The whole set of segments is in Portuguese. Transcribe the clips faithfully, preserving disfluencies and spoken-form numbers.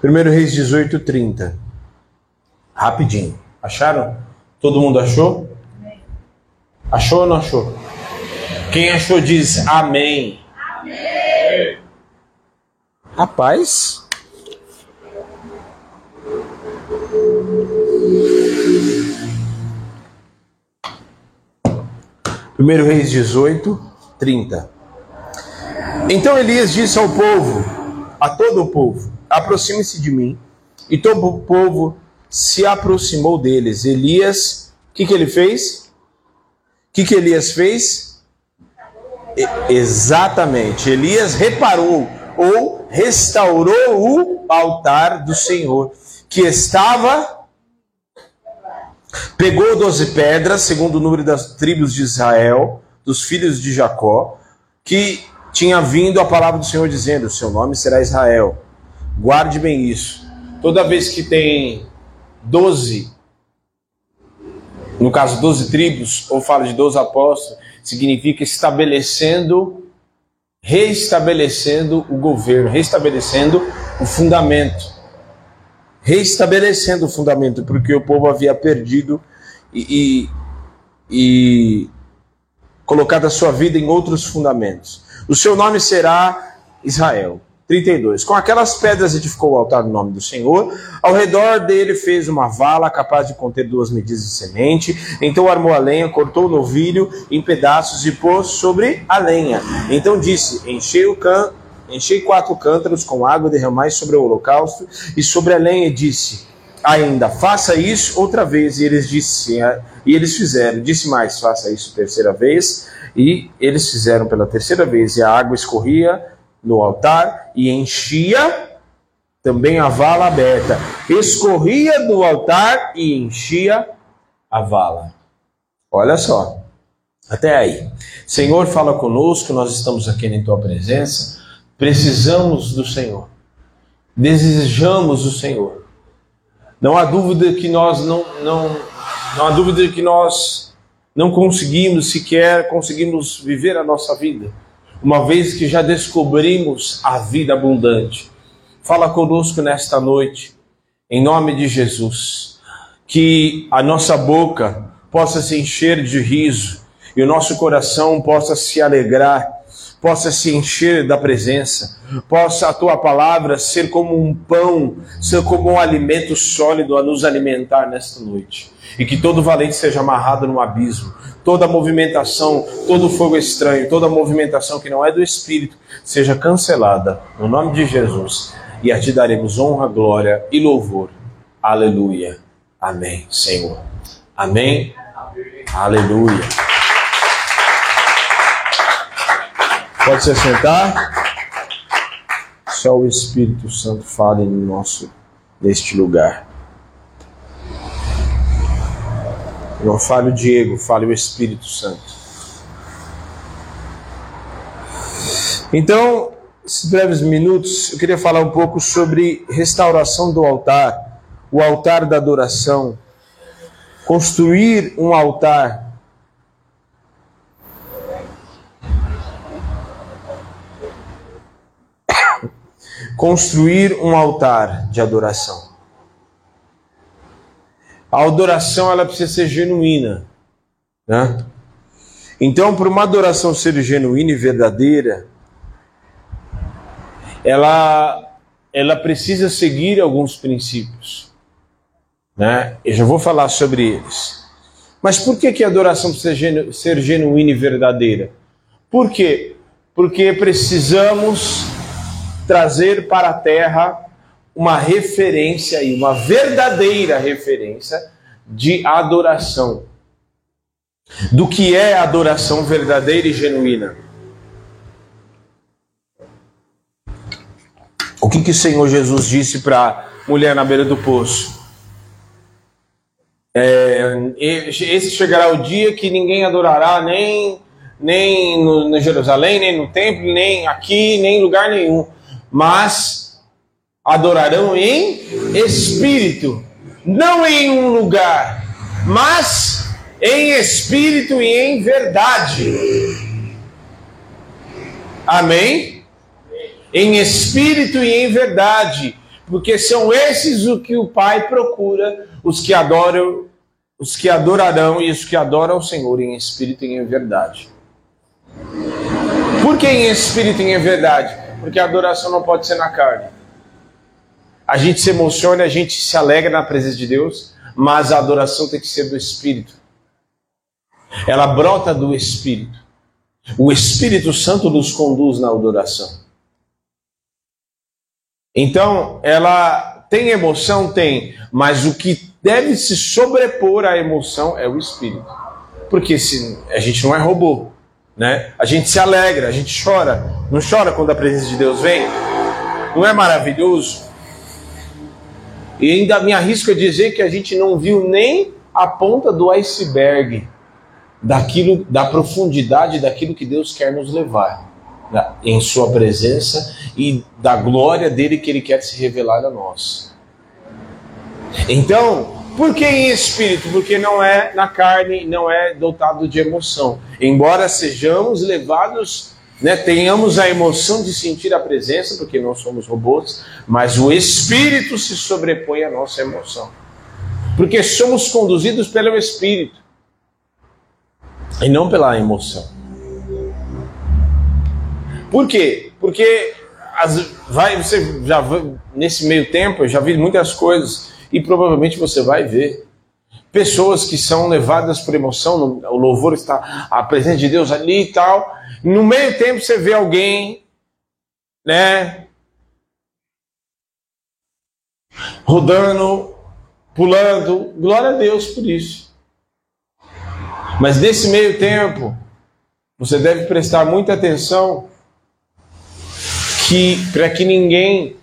primeiro Reis dezoito, trinta. Rapidinho. Acharam? Todo mundo achou? Achou ou não achou? Quem achou diz amém. Amém. Rapaz. primeiro Reis dezoito, trinta. Então Elias disse ao povo, a todo o povo: aproxime-se de mim. E todo o povo se aproximou deles. Elias, o que, que ele fez? O que, que Elias fez? E, exatamente, Elias reparou ou restaurou o altar do Senhor, que estava... Pegou doze pedras, segundo o número das tribos de Israel, dos filhos de Jacó, que tinha vindo a palavra do Senhor dizendo: seu nome será Israel. Guarde bem isso. Toda vez que tem doze, no caso doze tribos, ou fala de doze apóstolos, significa estabelecendo, reestabelecendo o governo, reestabelecendo o fundamento. Reestabelecendo o fundamento, porque o povo havia perdido e, e, e colocado a sua vida em outros fundamentos. O seu nome será Israel. trinta e dois. Com aquelas pedras edificou o altar no nome do Senhor. Ao redor dele fez uma vala capaz de conter duas medidas de semente. Então armou a lenha, cortou o novilho em pedaços e pôs sobre a lenha. Então disse: enchei o can, enchei quatro cântaros com água, derramai sobre o holocausto e sobre a lenha. E disse ainda: faça isso outra vez. E eles disse, e eles fizeram. Disse mais: faça isso terceira vez. E eles fizeram pela terceira vez. E a água escorria no altar e enchia também a vala aberta. Escorria do altar e enchia a vala. Olha só. Até aí. Senhor, fala conosco, nós estamos aqui em tua presença. Precisamos do Senhor. Desejamos o Senhor. Não há dúvida que nós não, não, não há dúvida que nós não conseguimos sequer conseguimos viver a nossa vida, uma vez que já descobrimos a vida abundante. Fala conosco nesta noite, em nome de Jesus, que a nossa boca possa se encher de riso e o nosso coração possa se alegrar, possa se encher da presença, possa a tua palavra ser como um pão, ser como um alimento sólido a nos alimentar nesta noite. E que todo valente seja amarrado no abismo, toda movimentação, todo fogo estranho, toda movimentação que não é do Espírito, seja cancelada, no nome de Jesus. E a ti daremos honra, glória e louvor. Aleluia. Amém, Senhor. Amém. Aleluia. Pode se sentar. Só o Espírito Santo fale no nosso, neste lugar. Não fale o Diego, fale o Espírito Santo. Então, esses breves minutos, eu queria falar um pouco sobre restauração do altar, o altar da adoração. Construir um altar. Construir um altar de adoração. A adoração, ela precisa ser genuína, né? Então, para uma adoração ser genuína e verdadeira, ela, ela precisa seguir alguns princípios, né? Eu já vou falar sobre eles. Mas por que, que a adoração precisa genu, ser genuína e verdadeira? Por quê? Porque precisamos trazer para a terra uma referência e uma verdadeira referência de adoração. Do que é adoração verdadeira e genuína. O que, que o Senhor Jesus disse para a mulher na beira do poço? É, esse chegará o dia que ninguém adorará nem, nem no, no Jerusalém, nem no templo, nem aqui, nem em lugar nenhum. Mas adorarão em espírito, não em um lugar, mas em espírito e em verdade. Amém? Em espírito e em verdade, porque são esses o que o Pai procura, os que adoram, os que adorarão e os que adoram ao Senhor em espírito e em verdade. Por que em espírito e em verdade? Porque a adoração não pode ser na carne. A gente se emociona, a gente se alegra na presença de Deus, mas a adoração tem que ser do Espírito. Ela brota do Espírito. O Espírito Santo nos conduz na adoração. Então, ela tem emoção? Tem. Mas o que deve se sobrepor à emoção é o Espírito. Porque se, a gente não é robô, né? A gente se alegra, a gente chora. Não chora quando a presença de Deus vem? Não é maravilhoso? E ainda me arrisco a dizer que a gente não viu nem a ponta do iceberg daquilo, da profundidade daquilo que Deus quer nos levar em sua presença e da glória dele que ele quer se revelar a nós. Então, por que em espírito? Porque não é na carne, não é dotado de emoção. Embora sejamos levados, né, tenhamos a emoção de sentir a presença, porque não somos robôs, mas o Espírito se sobrepõe à nossa emoção. Porque somos conduzidos pelo Espírito e não pela emoção. Por quê? Porque as, vai, você já nesse meio tempo, eu já vi muitas coisas e provavelmente você vai ver pessoas que são levadas por emoção, o louvor está, a presença de Deus ali e tal. No meio tempo você vê alguém, né, rodando, pulando, glória a Deus por isso. Mas nesse meio tempo, você deve prestar muita atenção que para que ninguém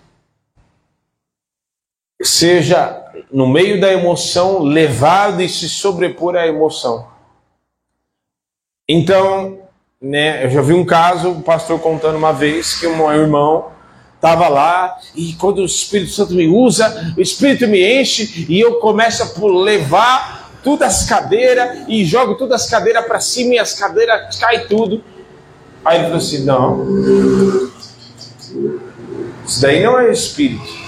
seja, no meio da emoção, levado e se sobrepor à emoção. Então, né, eu já vi um caso, o pastor contando uma vez que um irmão estava lá e quando o Espírito Santo me usa, o Espírito me enche e eu começo a levar todas as cadeiras e jogo todas as cadeiras para cima e as cadeiras caem tudo. Aí ele falou assim, não, isso daí não é Espírito.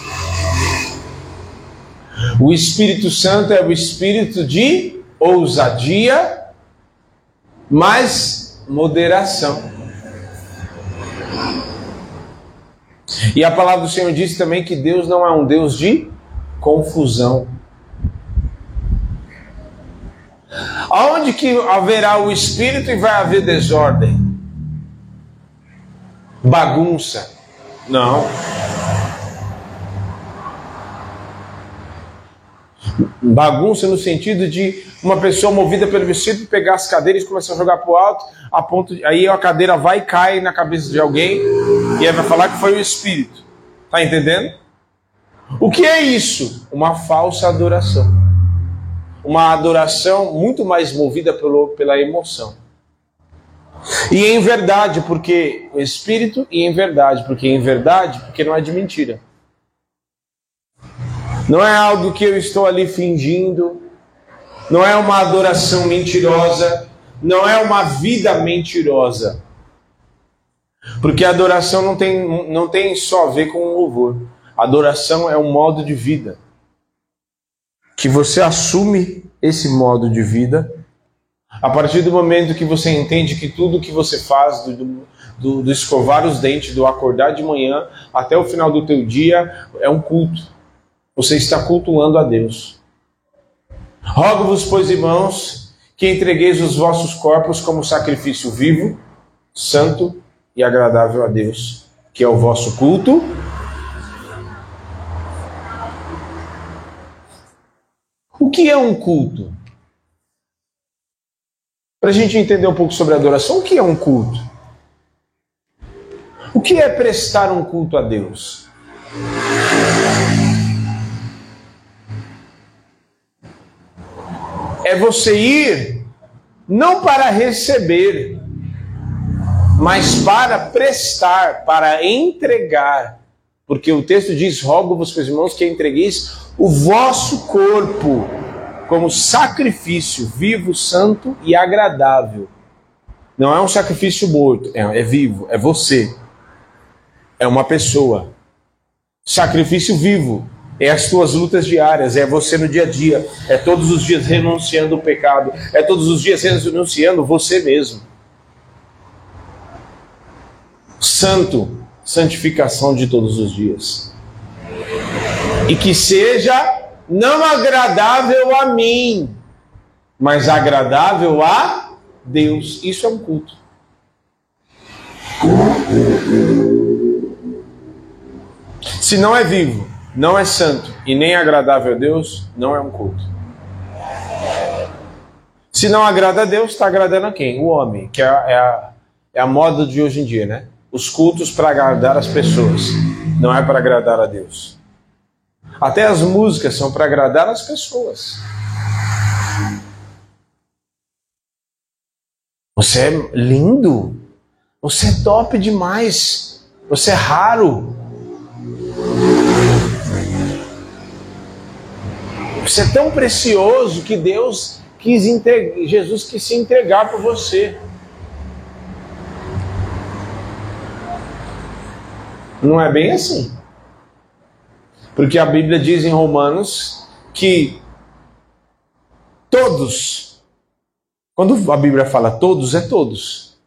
O Espírito Santo é o Espírito de ousadia, mas moderação. E a palavra do Senhor diz também que Deus não é um Deus de confusão. Aonde que haverá o Espírito e vai haver desordem? Bagunça? Não. Bagunça no sentido de uma pessoa movida pelo Espírito pegar as cadeiras e começar a jogar para o alto, a ponto de, aí a cadeira vai e cai na cabeça de alguém e aí vai falar que foi o Espírito. Tá entendendo? O que é isso? Uma falsa adoração. Uma adoração muito mais movida pelo, pela emoção. E em verdade, porque o Espírito, e em verdade, porque em verdade, porque não é de mentira. Não é algo que eu estou ali fingindo, não é uma adoração mentirosa, não é uma vida mentirosa. Porque a adoração não tem, não tem só a ver com o louvor. A adoração é um modo de vida. Que você assume esse modo de vida a partir do momento que você entende que tudo que você faz, do, do, do escovar os dentes, do acordar de manhã até o final do teu dia, é um culto. Você está cultuando a Deus. Rogo-vos, pois, irmãos, que entregueis os vossos corpos como sacrifício vivo, santo e agradável a Deus, que é o vosso culto. O que é um culto? Para a gente entender um pouco sobre a adoração, o que é um culto? O que é prestar um culto a Deus? É você ir não para receber, mas para prestar, para entregar. Porque o texto diz, rogo-vos, meus irmãos, que entregueis o vosso corpo como sacrifício vivo, santo e agradável. Não é um sacrifício morto, é, é vivo, é você. É uma pessoa. Sacrifício vivo é as tuas lutas diárias, é você no dia a dia, é todos os dias renunciando o pecado, é todos os dias renunciando você mesmo. Santo, santificação de todos os dias. E que seja não agradável a mim, mas agradável a Deus. Isso é um culto. Se não é vivo, não é santo e nem agradável a Deus, não é um culto. Se não agrada a Deus, está agradando a quem? O homem, que é a, é a, é a moda de hoje em dia, né? Os cultos para agradar as pessoas, não é para agradar a Deus. Até as músicas são para agradar as pessoas. Você é lindo, você é top demais, você é raro. Você é tão precioso que Deus quis entregar, Jesus quis se entregar por você. Não é bem assim. Porque a Bíblia diz em Romanos que todos, quando a Bíblia fala todos, é todos.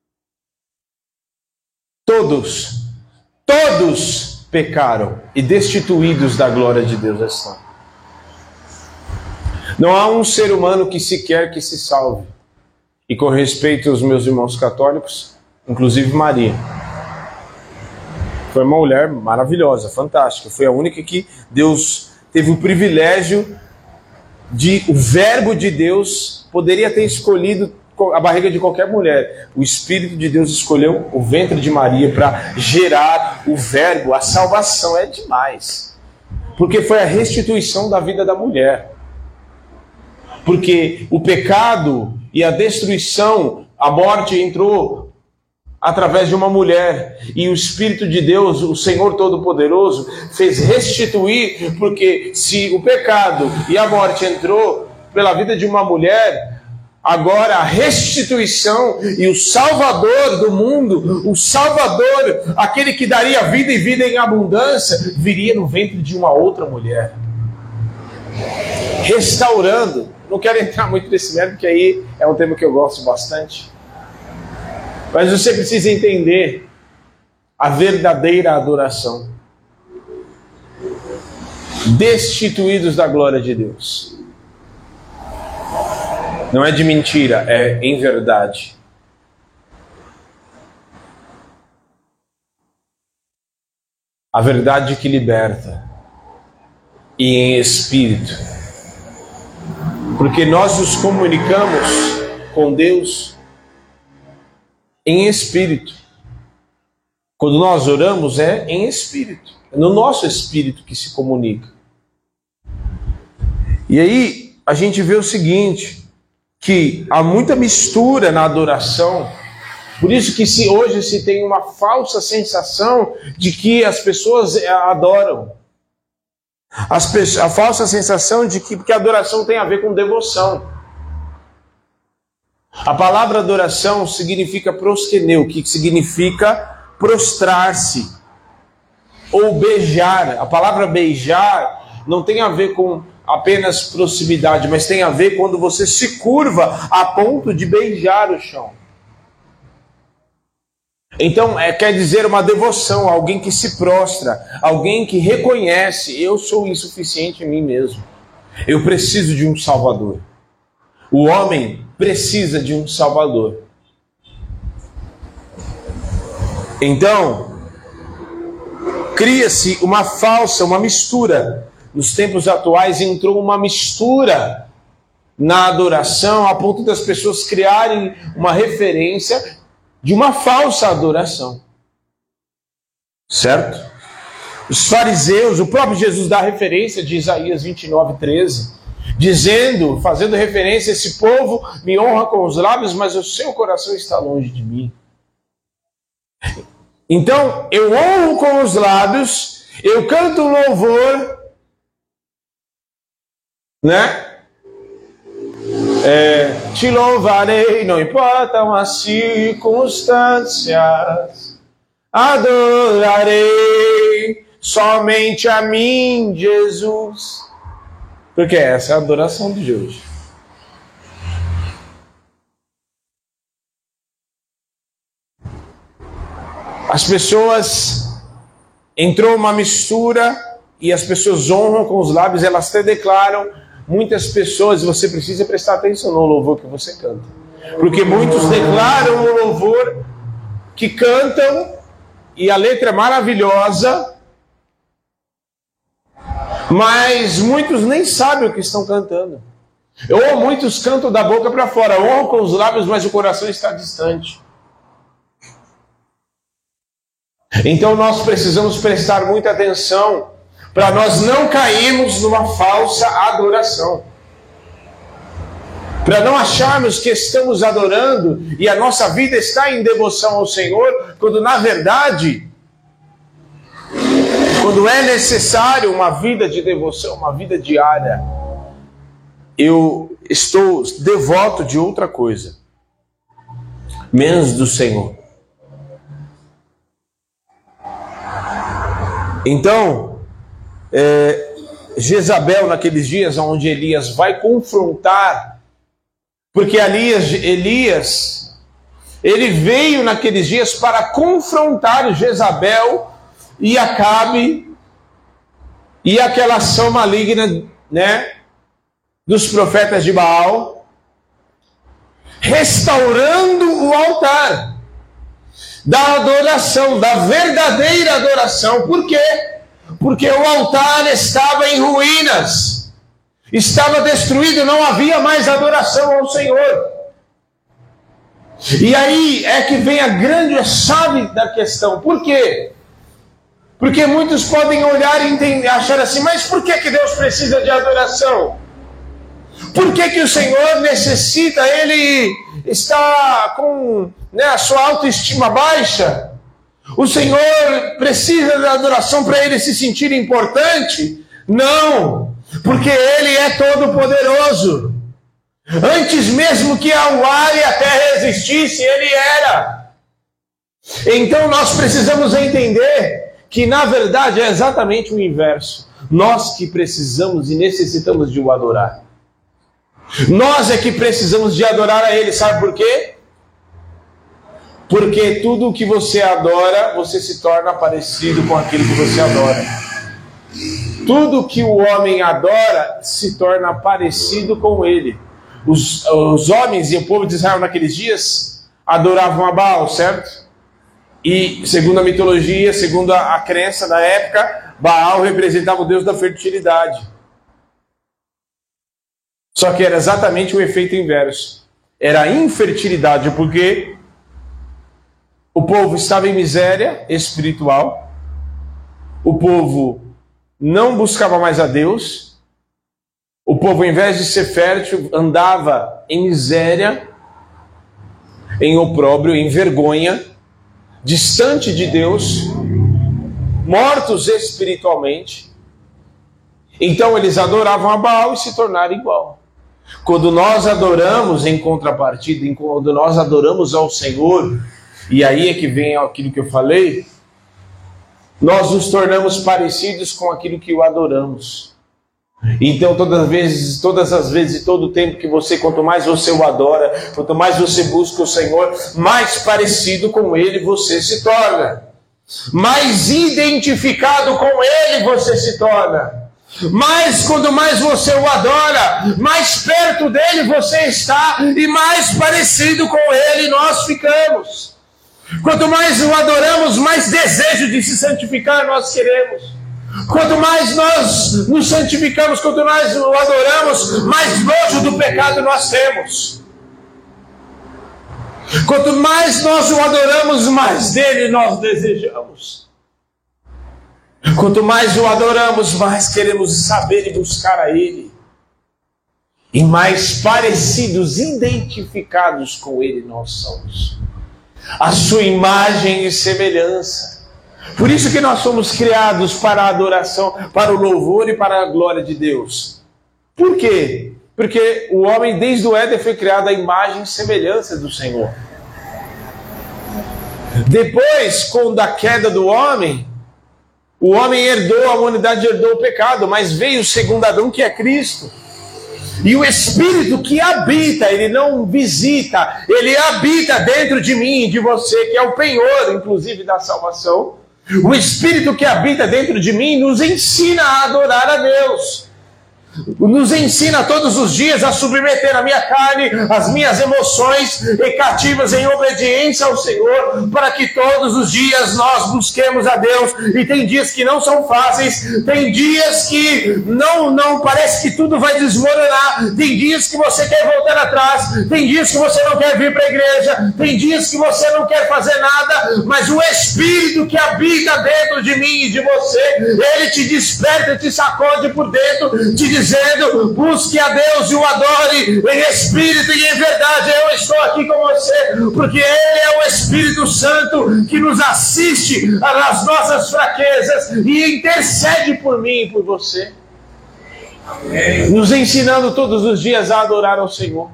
Todos, todos pecaram e destituídos da glória de Deus estão. Não há um ser humano que sequer que se salve. E com respeito aos meus irmãos católicos, inclusive Maria. Foi uma mulher maravilhosa, fantástica. Foi a única que Deus teve o privilégio de, o verbo de Deus poderia ter escolhido a barriga de qualquer mulher. O Espírito de Deus escolheu o ventre de Maria para gerar o verbo, a salvação. É demais. Porque foi a restituição da vida da mulher. Porque o pecado e a destruição, a morte entrou através de uma mulher, e o Espírito de Deus, o Senhor Todo-Poderoso, fez restituir, porque se o pecado e a morte entrou pela vida de uma mulher, agora a restituição e o Salvador do mundo, o Salvador, aquele que daria vida e vida em abundância, viria no ventre de uma outra mulher, restaurando. Não quero entrar muito nesse mérito, porque aí é um tema que eu gosto bastante. Mas você precisa entender a verdadeira adoração. Destituídos da glória de Deus. Não é de mentira, é em verdade. A verdade que liberta. E em espírito. Porque nós nos comunicamos com Deus em espírito. Quando nós oramos é em espírito. É no nosso espírito que se comunica. E aí a gente vê o seguinte, que há muita mistura na adoração. Por isso que se, hoje se tem uma falsa sensação de que as pessoas adoram. As pessoas, a falsa sensação de que, que a adoração tem a ver com devoção. A palavra adoração significa proskeneu, que significa prostrar-se ou beijar. A palavra beijar não tem a ver com apenas proximidade, mas tem a ver quando você se curva a ponto de beijar o chão. Então, é, quer dizer uma devoção, alguém que se prostra, alguém que reconhece, eu sou insuficiente em mim mesmo. Eu preciso de um Salvador. O homem precisa de um Salvador. Então, cria-se uma falsa, uma mistura. Nos tempos atuais entrou uma mistura na adoração, a ponto das pessoas criarem uma referência de uma falsa adoração. Certo? Os fariseus, o próprio Jesus dá referência de Isaías vinte e nove, treze, dizendo, fazendo referência, esse povo me honra com os lábios, mas o seu coração está longe de mim. Então, eu honro com os lábios, eu canto louvor, né? É, te louvarei, não importam as circunstâncias, adorarei, somente a mim, Jesus. Porque essa é a adoração de hoje. As pessoas, entrou uma mistura e as pessoas honram com os lábios, elas até declaram, muitas pessoas, você precisa prestar atenção no louvor que você canta. Porque muitos declaram o louvor que cantam e a letra é maravilhosa, mas muitos nem sabem o que estão cantando. Ou muitos cantam da boca para fora, honram com os lábios, mas o coração está distante. Então nós precisamos prestar muita atenção para nós não cairmos numa falsa adoração. Para não acharmos que estamos adorando e a nossa vida está em devoção ao Senhor, quando na verdade, quando é necessário uma vida de devoção, uma vida diária, eu estou devoto de outra coisa, menos do Senhor. Então, é, Jezabel, naqueles dias onde Elias vai confrontar, porque Elias, Elias, ele veio naqueles dias para confrontar Jezabel e Acabe e aquela ação maligna, né, dos profetas de Baal, restaurando o altar da adoração, da verdadeira adoração. Por quê? Porque o altar estava em ruínas, estava destruído, não havia mais adoração ao Senhor. E aí é que vem a grande chave da questão. Por quê? Porque muitos podem olhar e entender, achar assim, mas por que que Deus precisa de adoração? Por que que o Senhor necessita? Ele está com, né, a sua autoestima baixa? O Senhor precisa da adoração para ele se sentir importante? Não, porque Ele é todo-poderoso. Antes mesmo que o ar e a terra existissem, Ele era. Então nós precisamos entender que na verdade é exatamente o inverso. Nós que precisamos e necessitamos de o adorar. Nós é que precisamos de adorar a Ele, sabe por quê? Porque tudo o que você adora, você se torna parecido com aquilo que você adora. Tudo que o homem adora se torna parecido com ele. Os, os homens e o povo de Israel naqueles dias adoravam a Baal, certo? E segundo a mitologia, segundo a, a crença da época, Baal representava o deus da fertilidade. Só que era exatamente o efeito inverso. Era a infertilidade, porque o povo estava em miséria espiritual, o povo não buscava mais a Deus, o povo, ao invés de ser fértil, andava em miséria, em opróbrio, em vergonha, distante de Deus, mortos espiritualmente. Então eles adoravam a Baal e se tornaram igual. Quando nós adoramos em contrapartida, quando nós adoramos ao Senhor, e aí é que vem aquilo que eu falei, nós nos tornamos parecidos com aquilo que o adoramos. Então todas as vezes, todas as vezes e todo o tempo que você, quanto mais você o adora, quanto mais você busca o Senhor, mais parecido com Ele você se torna. Mais identificado com Ele você se torna. Mas quando mais você o adora, mais perto dele você está e mais parecido com ele nós ficamos. Quanto mais o adoramos, mais desejo de se santificar nós queremos. Quanto mais nós nos santificamos, quanto mais o adoramos, mais nojo do pecado nós temos. Quanto mais nós o adoramos, mais dele nós desejamos. Quanto mais o adoramos, mais queremos saber e buscar a Ele. E mais parecidos, identificados com Ele nós somos. A sua imagem e semelhança. Por isso que nós somos criados para a adoração, para o louvor e para a glória de Deus. Por quê? Porque o homem desde o Éden foi criado à imagem e semelhança do Senhor. Depois, com a queda do homem, O homem herdou, a humanidade herdou o pecado, mas veio o segundo Adão, que é Cristo. E o Espírito que habita, ele não visita, ele habita dentro de mim e de você, que é o penhor, inclusive, da salvação. O Espírito que habita dentro de mim nos ensina a adorar a Deus. Nos ensina todos os dias a submeter a minha carne, as minhas emoções e cativas em obediência ao Senhor, para que todos os dias nós busquemos a Deus. E tem dias que não são fáceis, tem dias que não, não parece que tudo vai desmoronar, tem dias que você quer voltar atrás, tem dias que você não quer vir para a igreja, tem dias que você não quer fazer nada, mas o Espírito que habita dentro de mim e de você, ele te desperta, te sacode por dentro, te diz dizendo, busque a Deus e o adore em espírito e em verdade. Eu estou aqui com você, porque Ele é o Espírito Santo que nos assiste nas nossas fraquezas e intercede por mim e por você, nos ensinando todos os dias a adorar ao Senhor.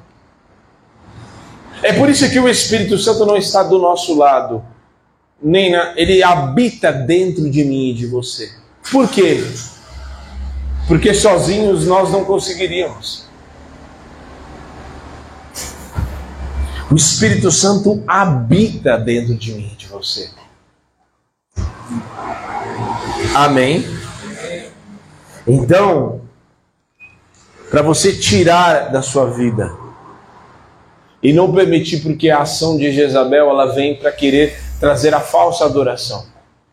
É por isso que o Espírito Santo não está do nosso lado, nem na, ele habita dentro de mim e de você. Por quê? Porque sozinhos nós não conseguiríamos. O Espírito Santo habita dentro de mim e de você. Amém? Então, para você tirar da sua vida e não permitir, porque a ação de Jezabel ela vem para querer trazer a falsa adoração,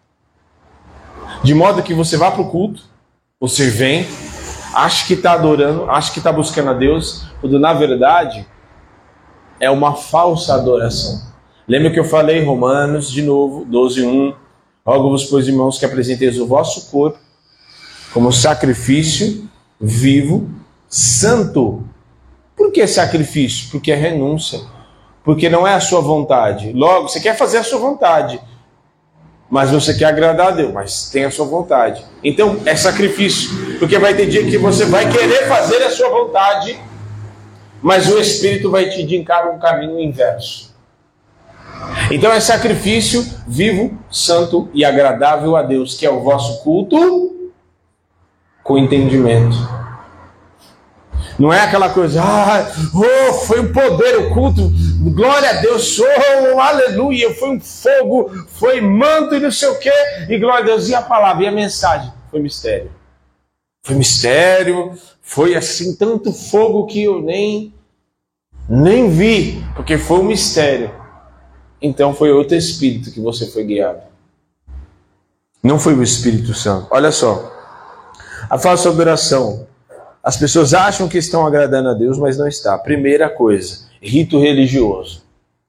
de modo que você vá para o culto, você vem, acha que está adorando, acha que está buscando a Deus, quando na verdade é uma falsa adoração. Lembra que eu falei, Romanos, de novo, doze, um, rogo-vos, pois, irmãos, que apresenteis o vosso corpo como sacrifício vivo, santo. Por que sacrifício? Porque é renúncia, porque não é a sua vontade. Logo, você quer fazer a sua vontade, mas você quer agradar a Deus, mas tem a sua vontade. Então é sacrifício, porque vai ter dia que você vai querer fazer a sua vontade, mas o Espírito vai te indicar um caminho inverso. Então é sacrifício vivo, santo e agradável a Deus, que é o vosso culto com entendimento. Não é aquela coisa, ah, oh, foi um poder o culto, glória a Deus, oh, aleluia, foi um fogo, foi manto e não sei o quê, e glória a Deus, e a palavra, e a mensagem, foi mistério. Foi mistério, foi assim, tanto fogo que eu nem, nem vi, porque foi um mistério. Então foi outro Espírito que você foi guiado. Não foi o Espírito Santo. Olha só, a falsa adoração. As pessoas acham que estão agradando a Deus, mas não está. Primeira coisa, rito religioso.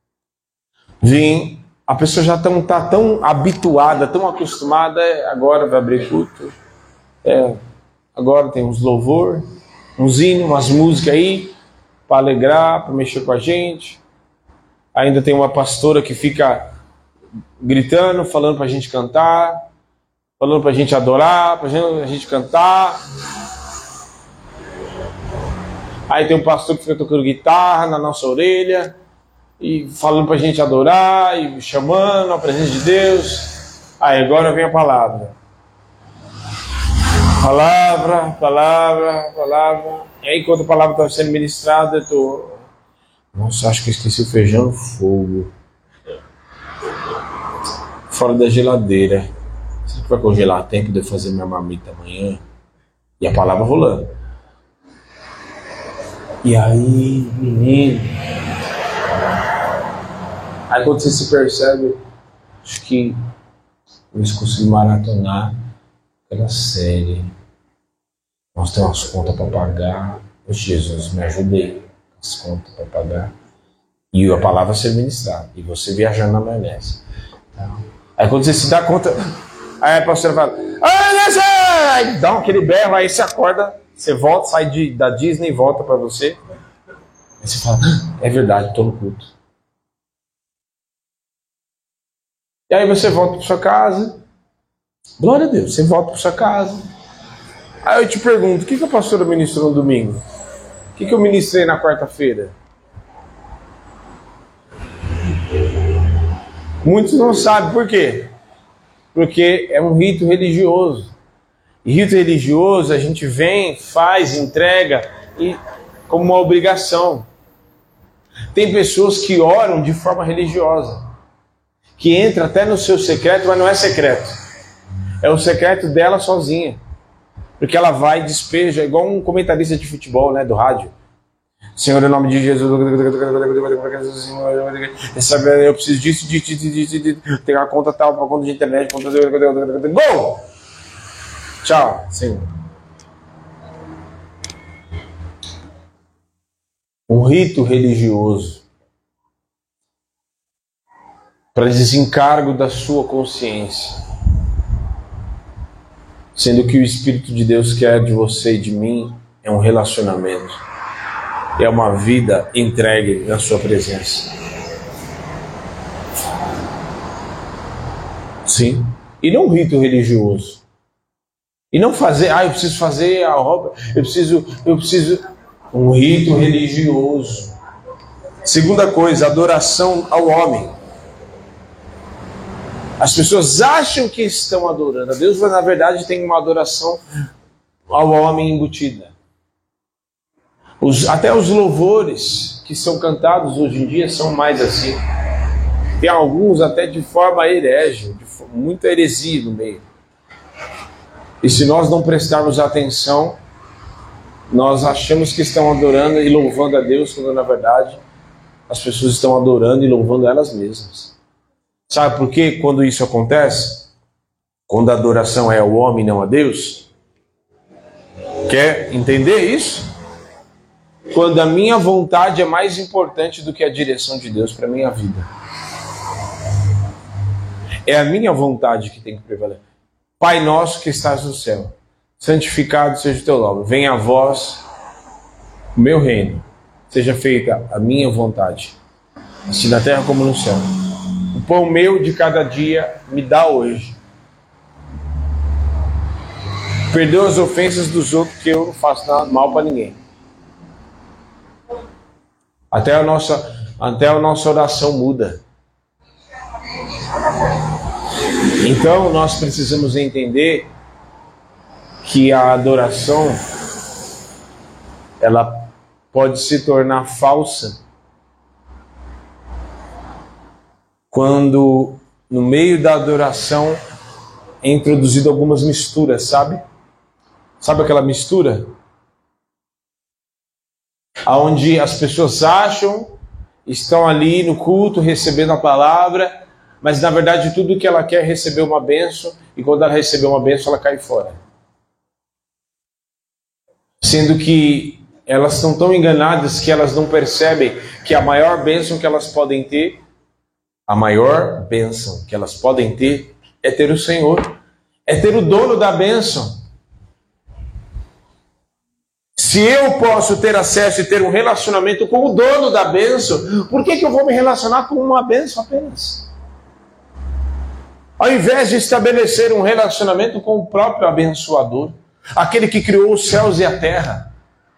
Vim, a pessoa já está tão, tão habituada, tão acostumada, agora vai abrir culto. É, agora tem uns louvor, uns hinos, umas músicas aí, para alegrar, para mexer com a gente. Ainda tem uma pastora que fica gritando, falando para a gente cantar, falando para a gente adorar, para a gente cantar. Aí tem um pastor que fica tocando guitarra na nossa orelha e falando pra gente adorar e chamando a presença de Deus. Aí agora vem a palavra. Palavra, palavra, palavra. E aí enquanto a palavra está sendo ministrada, eu tô... Nossa, acho que eu esqueci o feijão no fogo. Fora da geladeira. Será que vai congelar a tempo de eu fazer minha marmita amanhã? E a palavra rolando. E aí, menino, aí quando você se percebe, acho que eu consegui maratonar aquela série. Nós temos umas contas para pagar. Jesus, me ajudei, as contas para pagar. E a palavra ser ministrada. E você viajando na maionese. Então, aí quando você se dá conta, aí a pastora fala, aí dá aquele berro, aí você acorda. Você volta, sai de, da Disney e volta para você. Aí você fala, é verdade, estou no culto. E aí você volta para sua casa. Glória a Deus, você volta para sua casa. Aí eu te pergunto, o que, que a pastora ministrou no domingo? O que, que eu ministrei na quarta-feira? Muitos não sabem por quê. Porque é um rito religioso. E rito religioso a gente vem, faz, entrega e como uma obrigação. Tem pessoas que oram de forma religiosa, que entra até no seu secreto, mas não é secreto. É o secreto dela sozinha. Porque ela vai e despeja, igual um comentarista de futebol, né, do rádio. Senhor, em nome de Jesus, eu preciso disso, disso, disso, disso, disso. Tem uma conta tal, uma conta de internet, conta de... Gol! Tchau, Senhor. Um rito religioso para desencargo da sua consciência, sendo que o Espírito de Deus quer de você e de mim é um relacionamento, é uma vida entregue na sua presença. Sim, e não um rito religioso. E não fazer, ah, eu preciso fazer a obra, eu preciso, eu preciso, um rito religioso. Segunda coisa, adoração ao homem. As pessoas acham que estão adorando a Deus, mas na verdade tem uma adoração ao homem embutida. Os, até os louvores que são cantados hoje em dia são mais assim. Tem alguns até de forma herege, de forma, muita heresia no meio. E se nós não prestarmos atenção, nós achamos que estão adorando e louvando a Deus, quando na verdade as pessoas estão adorando e louvando elas mesmas. Sabe por quê? Quando isso acontece, quando a adoração é ao homem e não a Deus, quer entender isso? Quando a minha vontade é mais importante do que a direção de Deus para a minha vida. É a minha vontade que tem que prevalecer. Pai nosso que estás no céu, santificado seja o teu nome. Venha a vós o meu reino. Seja feita a minha vontade, assim na terra como no céu. O pão meu de cada dia me dá hoje. Perdoa as ofensas dos outros, que eu não faço mal para ninguém. Até a nossa, até a nossa oração muda. Então nós precisamos entender que a adoração ela pode se tornar falsa quando no meio da adoração é introduzido algumas misturas, sabe? Sabe aquela mistura? Onde as pessoas acham, estão ali no culto recebendo a palavra, mas na verdade tudo que ela quer é receber uma bênção, e quando ela receber uma bênção ela cai fora. Sendo que elas estão tão enganadas que elas não percebem que a maior bênção que elas podem ter, a maior bênção que elas podem ter é ter o Senhor, é ter o dono da bênção. Se eu posso ter acesso e ter um relacionamento com o dono da bênção, por que que eu vou me relacionar com uma bênção apenas? Ao invés de estabelecer um relacionamento com o próprio abençoador, aquele que criou os céus e a terra.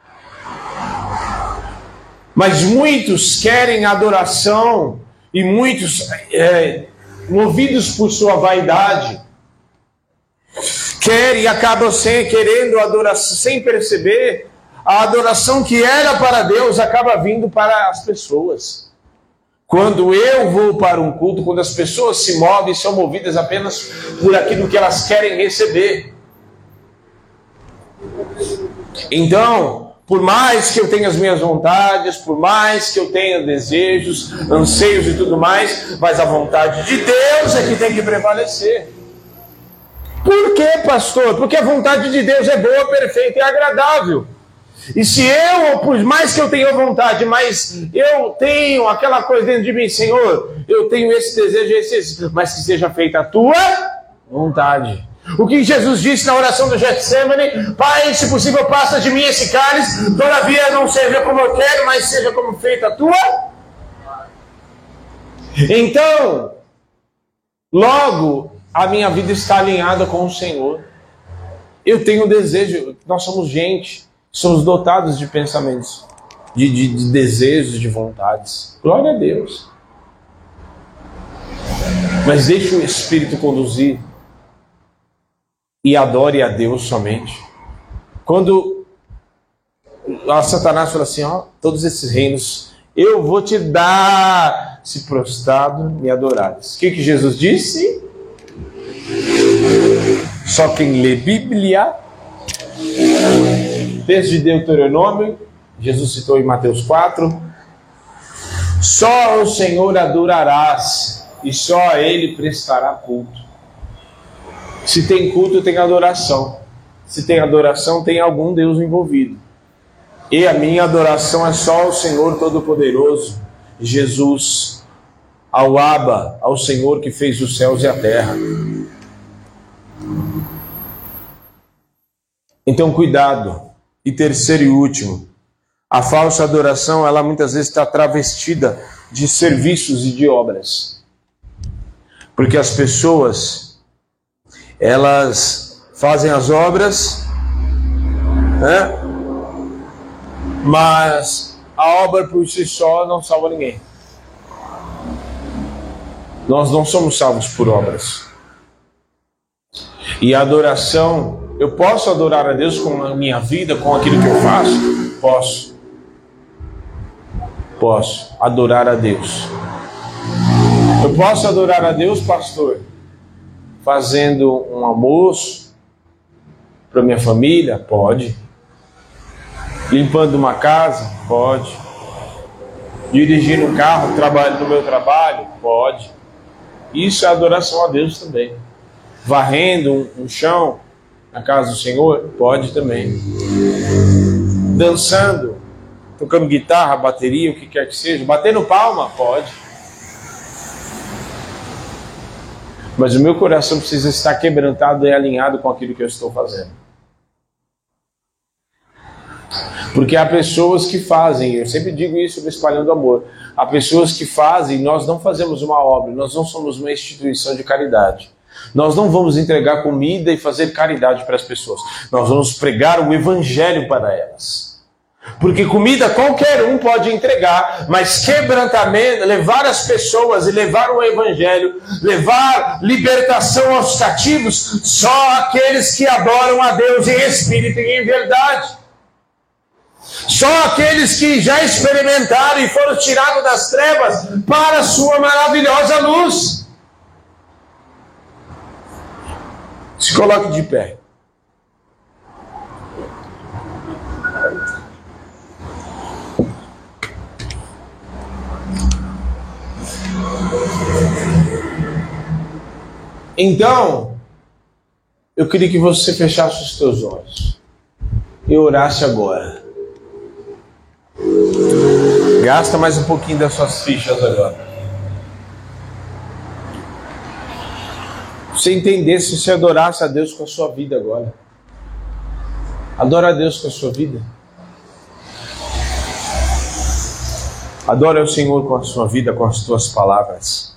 Mas muitos querem adoração e muitos, é, movidos por sua vaidade, querem e acabam sem, querendo adoração sem perceber. A adoração que era para Deus acaba vindo para as pessoas. Quando eu vou para um culto, quando as pessoas se movem, são movidas apenas por aquilo que elas querem receber. Então, por mais que eu tenha as minhas vontades, por mais que eu tenha desejos, anseios e tudo mais, mas a vontade de Deus é que tem que prevalecer. Por quê, pastor? Porque a vontade de Deus é boa, perfeita e agradável. E se eu, por mais que eu tenha vontade, mas eu tenho aquela coisa dentro de mim, Senhor, eu tenho esse desejo, esse, esse, mas que seja feita a tua vontade. O que Jesus disse na oração do Getsemane: Pai, se possível, passa de mim esse cálice, todavia não seja como eu quero, mas seja como feita a tua. Então, logo, a minha vida está alinhada com o Senhor. Eu tenho desejo, nós somos gente, somos dotados de pensamentos, de, de, de desejos, de vontades. Glória a Deus. Mas deixa o Espírito conduzir. e adore a Deus somente. Quando a Satanás fala assim, ó, todos esses reinos eu vou te dar, se prostrado me adorares. O que, que Jesus disse? Só quem lê Bíblia, texto de Deuteronômio, Jesus citou em Mateus quatro, só o Senhor adorarás e só a Ele prestará culto. Se tem culto, tem adoração. Se tem adoração, tem algum Deus envolvido. E a minha adoração é só ao Senhor Todo-Poderoso, Jesus, ao Abba, ao Senhor que fez os céus e a terra. Então, cuidado. E terceiro e último, a falsa adoração, ela muitas vezes está travestida de serviços e de obras. Porque as pessoas, elas fazem as obras, né? Mas a obra por si só não salva ninguém. Nós não somos salvos por obras. E a adoração, eu posso adorar a Deus com a minha vida, com aquilo que eu faço? Posso. Posso adorar a Deus. Eu posso adorar a Deus, pastor, fazendo um almoço para minha família? Pode. Limpando uma casa? Pode. Dirigindo um carro, trabalhando no meu trabalho? Pode. Isso é adoração a Deus também. Varrendo um, um chão na casa do Senhor? Pode também. Dançando, tocando guitarra, bateria, o que quer que seja, batendo palma? Pode. Mas o meu coração precisa estar quebrantado e alinhado com aquilo que eu estou fazendo. Porque há pessoas que fazem, eu sempre digo isso sobre Espalhando Amor, há pessoas que fazem, nós não fazemos uma obra, nós não somos uma instituição de caridade. Nós não vamos entregar comida e fazer caridade para as pessoas. Nós vamos pregar o Evangelho para elas. Porque comida qualquer um pode entregar, mas quebrantamento, levar as pessoas e levar o Evangelho, levar libertação aos cativos, só aqueles que adoram a Deus em espírito e em verdade. Só aqueles que já experimentaram e foram tirados das trevas para a sua maravilhosa luz. Se coloque de pé. Então, eu queria que você fechasse os teus olhos e orasse agora. Gasta mais um pouquinho das suas fichas agora. Você entendesse, se adorasse a Deus com a sua vida agora. Adora a Deus com a sua vida. Adora o Senhor com a sua vida, com as tuas palavras.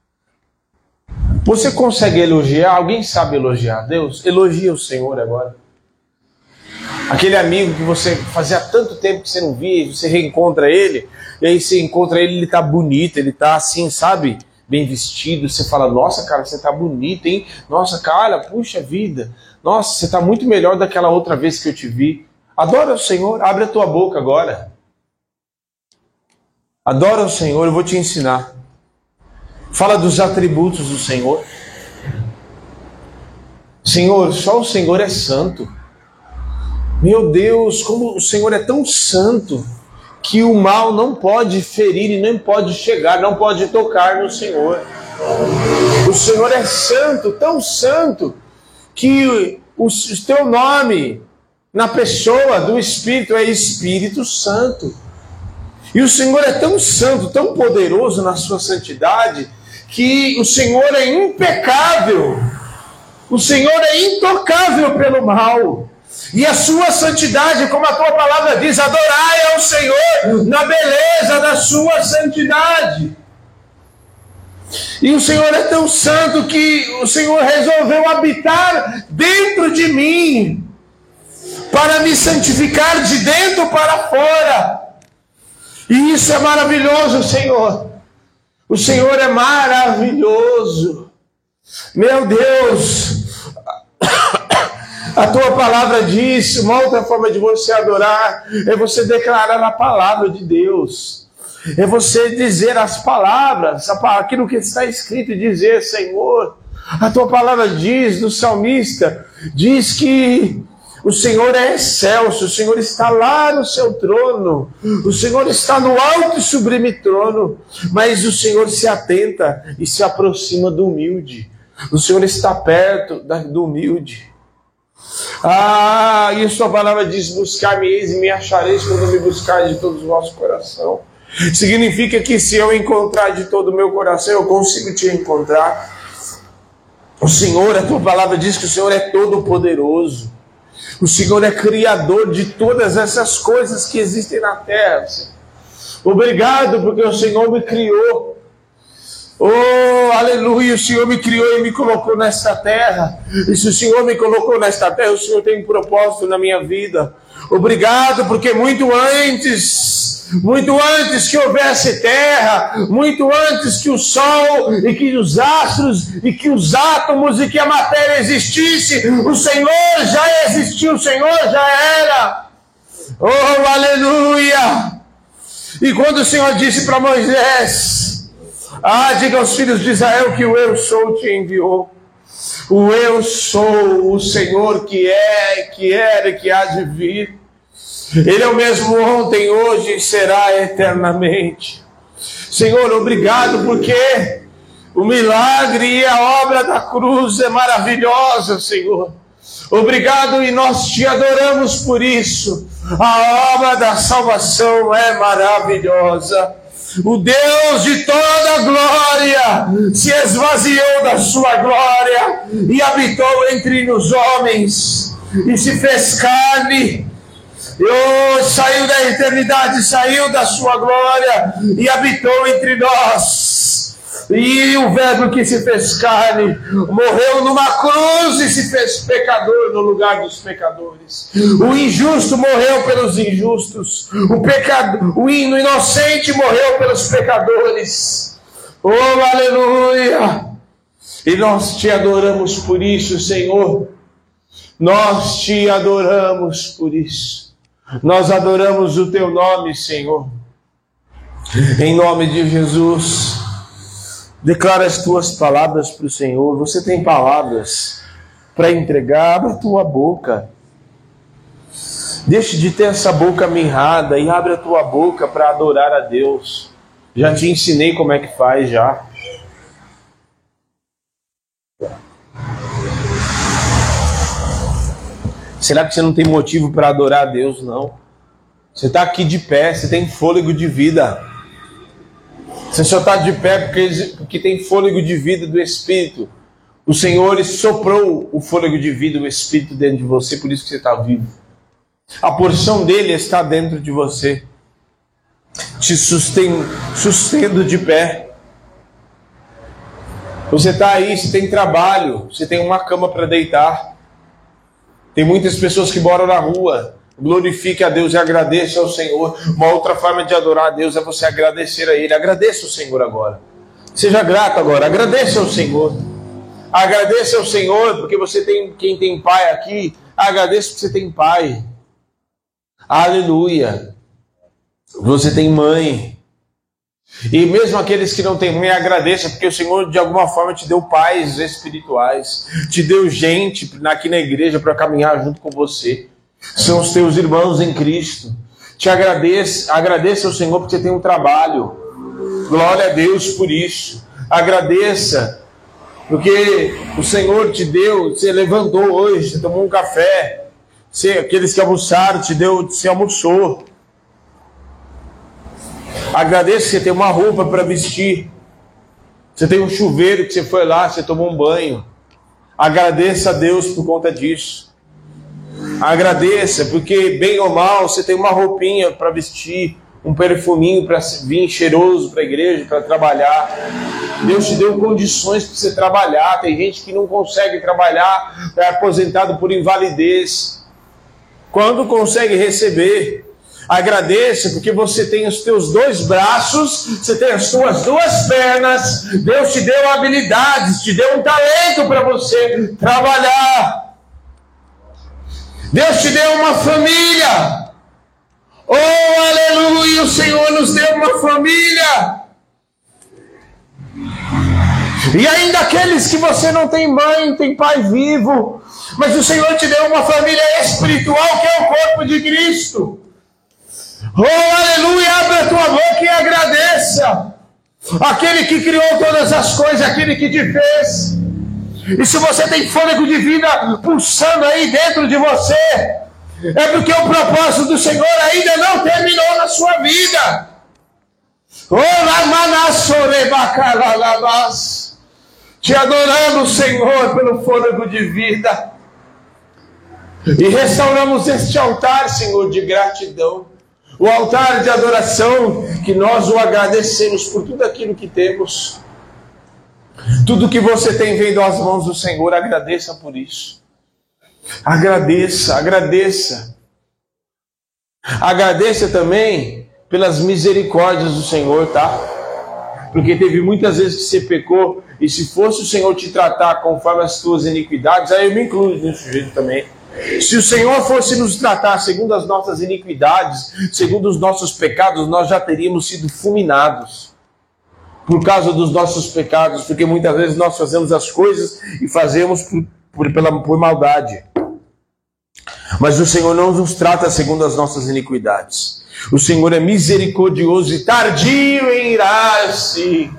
Você consegue elogiar? Alguém sabe elogiar a Deus? Elogia o Senhor agora. Aquele amigo que você fazia tanto tempo que você não via, você reencontra ele, e aí você encontra ele, ele tá bonito, ele tá assim, sabe? Bem vestido, você fala, nossa cara, você tá bonito, hein? Nossa cara, puxa vida, nossa, você tá muito melhor daquela outra vez que eu te vi. Adora o Senhor, abre a tua boca agora. Adora o Senhor, eu vou te ensinar. Fala dos atributos do Senhor. Senhor, só o Senhor é santo. Meu Deus, como o Senhor é tão santo, que o mal não pode ferir e nem pode chegar, não pode tocar no Senhor. O Senhor é santo, tão santo, que o, o teu nome na pessoa do Espírito é Espírito Santo. E o Senhor é tão santo, tão poderoso na sua santidade, que o Senhor é impecável. O Senhor é intocável pelo mal. E a sua santidade, como a tua palavra diz, adorai ao Senhor na beleza da sua santidade. E o Senhor é tão santo que o Senhor resolveu habitar dentro de mim, para me santificar de dentro para fora. E isso é maravilhoso, Senhor. O Senhor é maravilhoso. Meu Deus, A tua palavra diz, uma outra forma de você adorar é você declarar a palavra de Deus. É você dizer as palavras, aquilo que está escrito e dizer, Senhor, a tua palavra diz, do salmista, diz que o Senhor é excelso, o Senhor está lá no seu trono, o Senhor está no alto e sublime trono, mas o Senhor se atenta e se aproxima do humilde. O Senhor está perto do humilde. Ah, e a sua palavra diz, buscar-me-eis e me achareis quando me buscar de todo o vosso coração. Significa que se eu encontrar de todo o meu coração, eu consigo te encontrar. O Senhor, a tua palavra diz que o Senhor é todo poderoso. O Senhor é criador de todas essas coisas que existem na terra. Obrigado porque o Senhor me criou. Oh, aleluia, o Senhor me criou e me colocou nesta terra. E se o Senhor me colocou nesta terra, o Senhor tem um propósito na minha vida. Obrigado porque muito antes, muito antes que houvesse terra, muito antes que o sol e que os astros e que os átomos e que a matéria existisse, o Senhor já existiu, o Senhor já era. Oh, aleluia! E quando o Senhor disse para Moisés, ah, diga aos filhos de Israel que o eu sou te enviou. O eu sou, o Senhor que é, que era e que há de vir. Ele é o mesmo ontem, hoje e será eternamente. Senhor, obrigado porque o milagre e a obra da cruz é maravilhosa, Senhor. Obrigado e nós te adoramos por isso. A obra da salvação é maravilhosa. O Deus de toda glória se esvaziou da sua glória e habitou entre os homens e se fez carne. Oh, saiu da eternidade, saiu da sua glória e habitou entre nós. E o verbo que se fez carne morreu numa cruz e se fez pecador no lugar dos pecadores. O injusto morreu pelos injustos. O pecado, o inocente morreu pelos pecadores. Oh, aleluia! E nós te adoramos por isso, Senhor. Nós te adoramos por isso. Nós adoramos o teu nome, Senhor. Em nome de Jesus. Declara as tuas palavras para o Senhor. Você tem palavras para entregar. Abra a tua boca. Deixe de ter essa boca mirrada e abre a tua boca para adorar a Deus. Já te ensinei como é que faz já. Será que você não tem motivo para adorar a Deus? Não. Você está aqui de pé, você tem fôlego de vida. Você só está de pé porque, porque tem fôlego de vida do Espírito. O Senhor ele soprou o fôlego de vida, o Espírito dentro de você, por isso que você está vivo. A porção dele está dentro de você, te sustém, sustendo de pé. Você está aí, você tem trabalho, você tem uma cama para deitar. Tem muitas pessoas que moram na rua. Glorifique a Deus e agradeça ao Senhor. Uma outra forma de adorar a Deus é você agradecer a Ele. Agradeça ao Senhor agora. Seja grato agora. Agradeça ao Senhor. Agradeça ao Senhor porque você tem, quem tem pai aqui, agradeça porque você tem pai. Aleluia. Você tem mãe. E mesmo aqueles que não têm mãe, agradeça porque o Senhor de alguma forma te deu pais espirituais. Te deu gente aqui na igreja para caminhar junto com você. São os teus irmãos em Cristo. Te agradeça, agradeça ao Senhor porque você tem um trabalho. Glória a Deus por isso. Agradeça porque o Senhor te deu, você levantou hoje, você tomou um café. Você, aqueles que almoçaram, te deu, você almoçou. Agradeça que você tem uma roupa para vestir. Você tem um chuveiro que você foi lá, você tomou um banho. Agradeça a Deus por conta disso. Agradeça, porque bem ou mal você tem uma roupinha para vestir, um perfuminho para vir cheiroso para a igreja, para trabalhar. Deus te deu condições para você trabalhar. Tem gente que não consegue trabalhar, é aposentado por invalidez. Quando consegue receber, agradeça, porque você tem os teus dois braços, você tem as tuas duas pernas, Deus te deu habilidades, te deu um talento para você trabalhar. Deus te deu uma família. Oh, aleluia, o Senhor nos deu uma família. E ainda aqueles que você não tem mãe, tem pai vivo, mas o Senhor te deu uma família espiritual que é o corpo de Cristo. Oh, aleluia, abre a tua boca e agradeça. Aquele que criou todas as coisas, aquele que te fez. E se você tem fôlego de vida pulsando aí dentro de você, é porque o propósito do Senhor ainda não terminou na sua vida. Te adoramos, Senhor, pelo fôlego de vida. E restauramos este altar, Senhor, de gratidão. O altar de adoração, que nós o agradecemos por tudo aquilo que temos. Tudo que você tem vindo às mãos do Senhor, agradeça por isso. Agradeça, agradeça. Agradeça também pelas misericórdias do Senhor, tá? Porque teve muitas vezes que você pecou, e se fosse o Senhor te tratar conforme as tuas iniquidades, aí eu me incluo nesse sujeito também. Se o Senhor fosse nos tratar segundo as nossas iniquidades, segundo os nossos pecados, nós já teríamos sido fulminados por causa dos nossos pecados, porque muitas vezes nós fazemos as coisas e fazemos por, por, pela, por maldade. Mas o Senhor não nos trata segundo as nossas iniquidades. O Senhor é misericordioso e tardio em irar-se.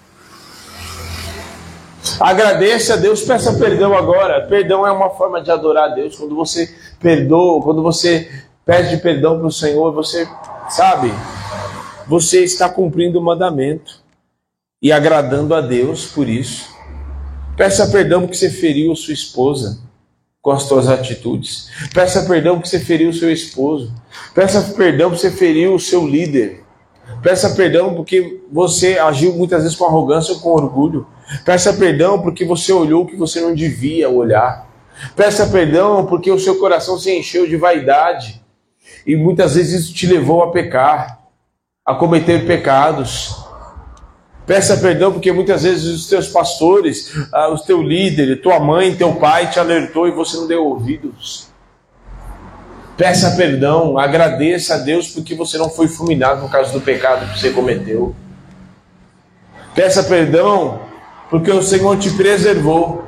Agradeça a Deus, peça perdão agora. Perdão é uma forma de adorar a Deus. Quando você perdoa, quando você pede perdão para o Senhor, você sabe, você está cumprindo o mandamento e agradando a Deus por isso. Peça perdão porque você feriu a sua esposa com as suas atitudes. Peça perdão porque você feriu o seu esposo. Peça perdão porque você feriu o seu líder. Peça perdão porque você agiu muitas vezes com arrogância ou com orgulho. Peça perdão porque você olhou o que você não devia olhar. Peça perdão porque o seu coração se encheu de vaidade. E muitas vezes isso te levou a pecar, a cometer pecados. Peça perdão porque muitas vezes os teus pastores, o teu líder, tua mãe, teu pai te alertou e você não deu ouvidos. Peça perdão, agradeça a Deus porque você não foi fulminado por causa do pecado que você cometeu. Peça perdão porque o Senhor te preservou.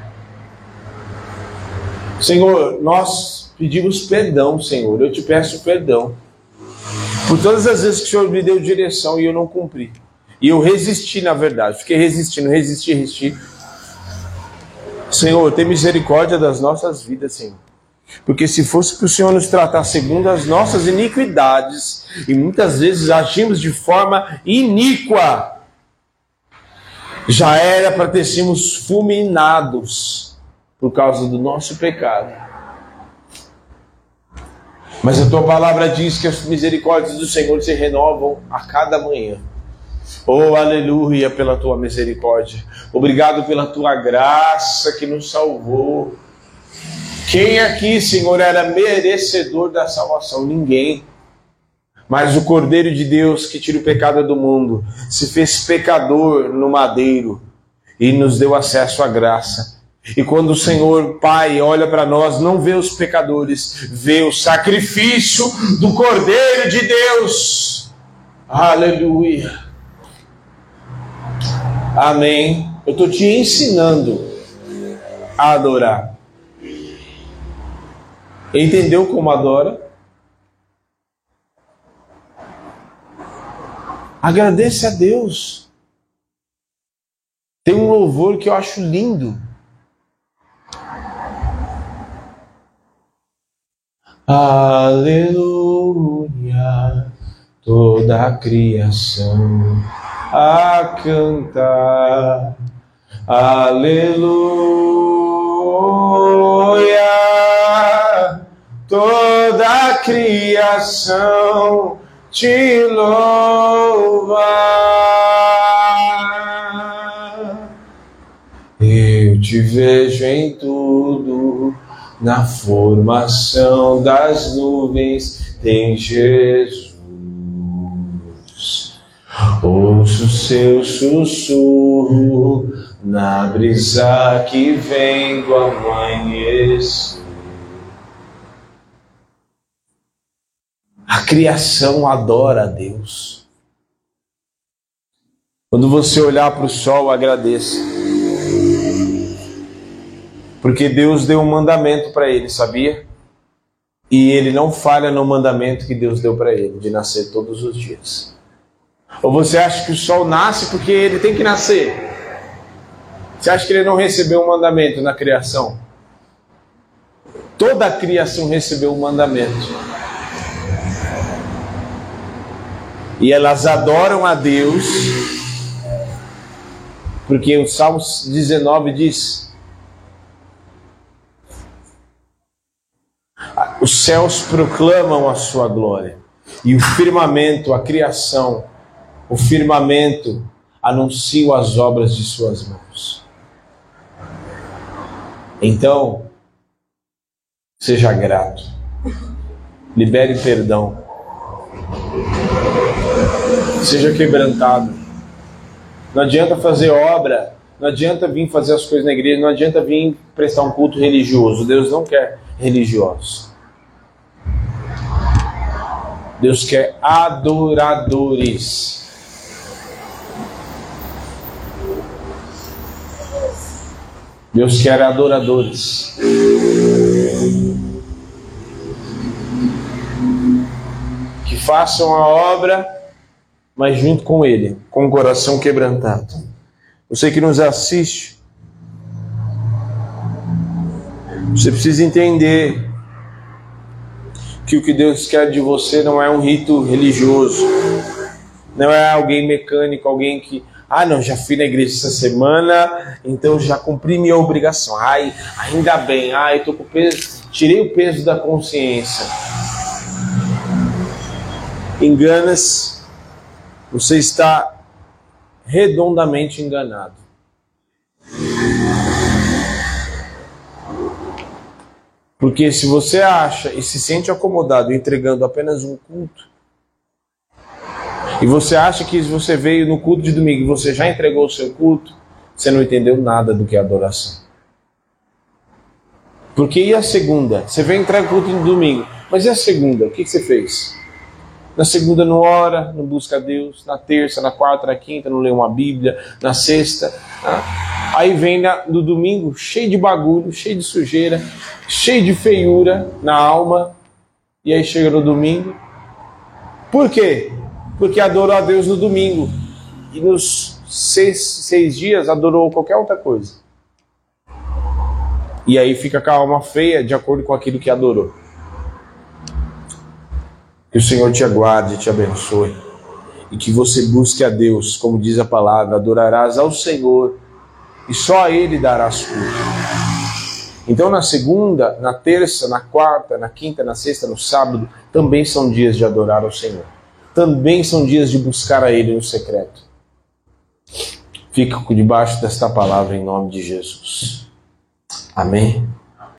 Senhor, nós pedimos perdão, Senhor. Eu te peço perdão por todas as vezes que o Senhor me deu direção e eu não cumpri. E eu resisti, na verdade. Fiquei resistindo, resisti, resisti. Senhor, tem misericórdia das nossas vidas, Senhor. Porque se fosse para o Senhor nos tratar segundo as nossas iniquidades, e muitas vezes agimos de forma iníqua, já era para ter sido fulminados por causa do nosso pecado. Mas a tua palavra diz que as misericórdias do Senhor se renovam a cada manhã. Oh, aleluia, pela tua misericórdia. Obrigado pela tua graça que nos salvou. Quem aqui, Senhor, era merecedor da salvação? Ninguém. Mas o Cordeiro de Deus que tira o pecado do mundo se fez pecador no madeiro e nos deu acesso à graça. E quando o Senhor Pai olha para nós, não vê os pecadores, vê o sacrifício do Cordeiro de Deus. Aleluia. Amém. Eu estou te ensinando a adorar. Entendeu como adora? Agradeça a Deus. Tem um louvor que eu acho lindo. Aleluia, toda a criação a cantar. Aleluia, toda a criação te louva. Eu te vejo em tudo, na formação das nuvens tem Jesus. Ouço seu sussurro na brisa que vem do amanhecer. A criação adora a Deus. Quando você olhar para o sol, agradeça. Porque Deus deu um mandamento para ele, sabia? E ele não falha no mandamento que Deus deu para ele, de nascer todos os dias. Ou você acha que o sol nasce porque ele tem que nascer? Você acha que ele não recebeu um mandamento na criação? Toda a criação recebeu um mandamento. E elas adoram a Deus, porque o Salmo dezenove diz: os céus proclamam a sua glória, e o firmamento, a criação, o firmamento anuncia as obras de suas mãos. Então, seja grato, libere perdão, seja quebrantado. Não adianta fazer obra, não adianta vir fazer as coisas na igreja, não adianta vir prestar um culto religioso. Deus não quer religiosos. Deus quer adoradores. Deus quer adoradores. Que façam a obra, mas junto com Ele, com o coração quebrantado. Você que nos assiste, você precisa entender que o que Deus quer de você não é um rito religioso, não é alguém mecânico, alguém que, ah não, já fui na igreja essa semana, então já cumpri minha obrigação, ai, ainda bem, ai, tô com peso, tirei o peso da consciência. Engana-se, você está redondamente enganado. Porque se você acha e se sente acomodado entregando apenas um culto, e você acha que se você veio no culto de domingo e você já entregou o seu culto, você não entendeu nada do que é adoração. Porque e a segunda? Você veio entregar o culto no domingo, mas e a segunda? O que você fez? Na segunda não ora, não busca a Deus. Na terça, na quarta, na quinta não lê uma Bíblia. Na sexta, tá? Aí vem na, no domingo cheio de bagulho, cheio de sujeira, cheio de feiura na alma. E aí chega no domingo. Por quê? Porque adorou a Deus no domingo. E nos seis, seis dias adorou qualquer outra coisa. E aí fica com a alma feia de acordo com aquilo que adorou. Que o Senhor te aguarde e te abençoe. E que você busque a Deus, como diz a palavra, adorarás ao Senhor e só a Ele darás culto. Então na segunda, na terça, na quarta, na quinta, na sexta, no sábado, também são dias de adorar ao Senhor. Também são dias de buscar a Ele no secreto. Fica debaixo desta palavra em nome de Jesus. Amém.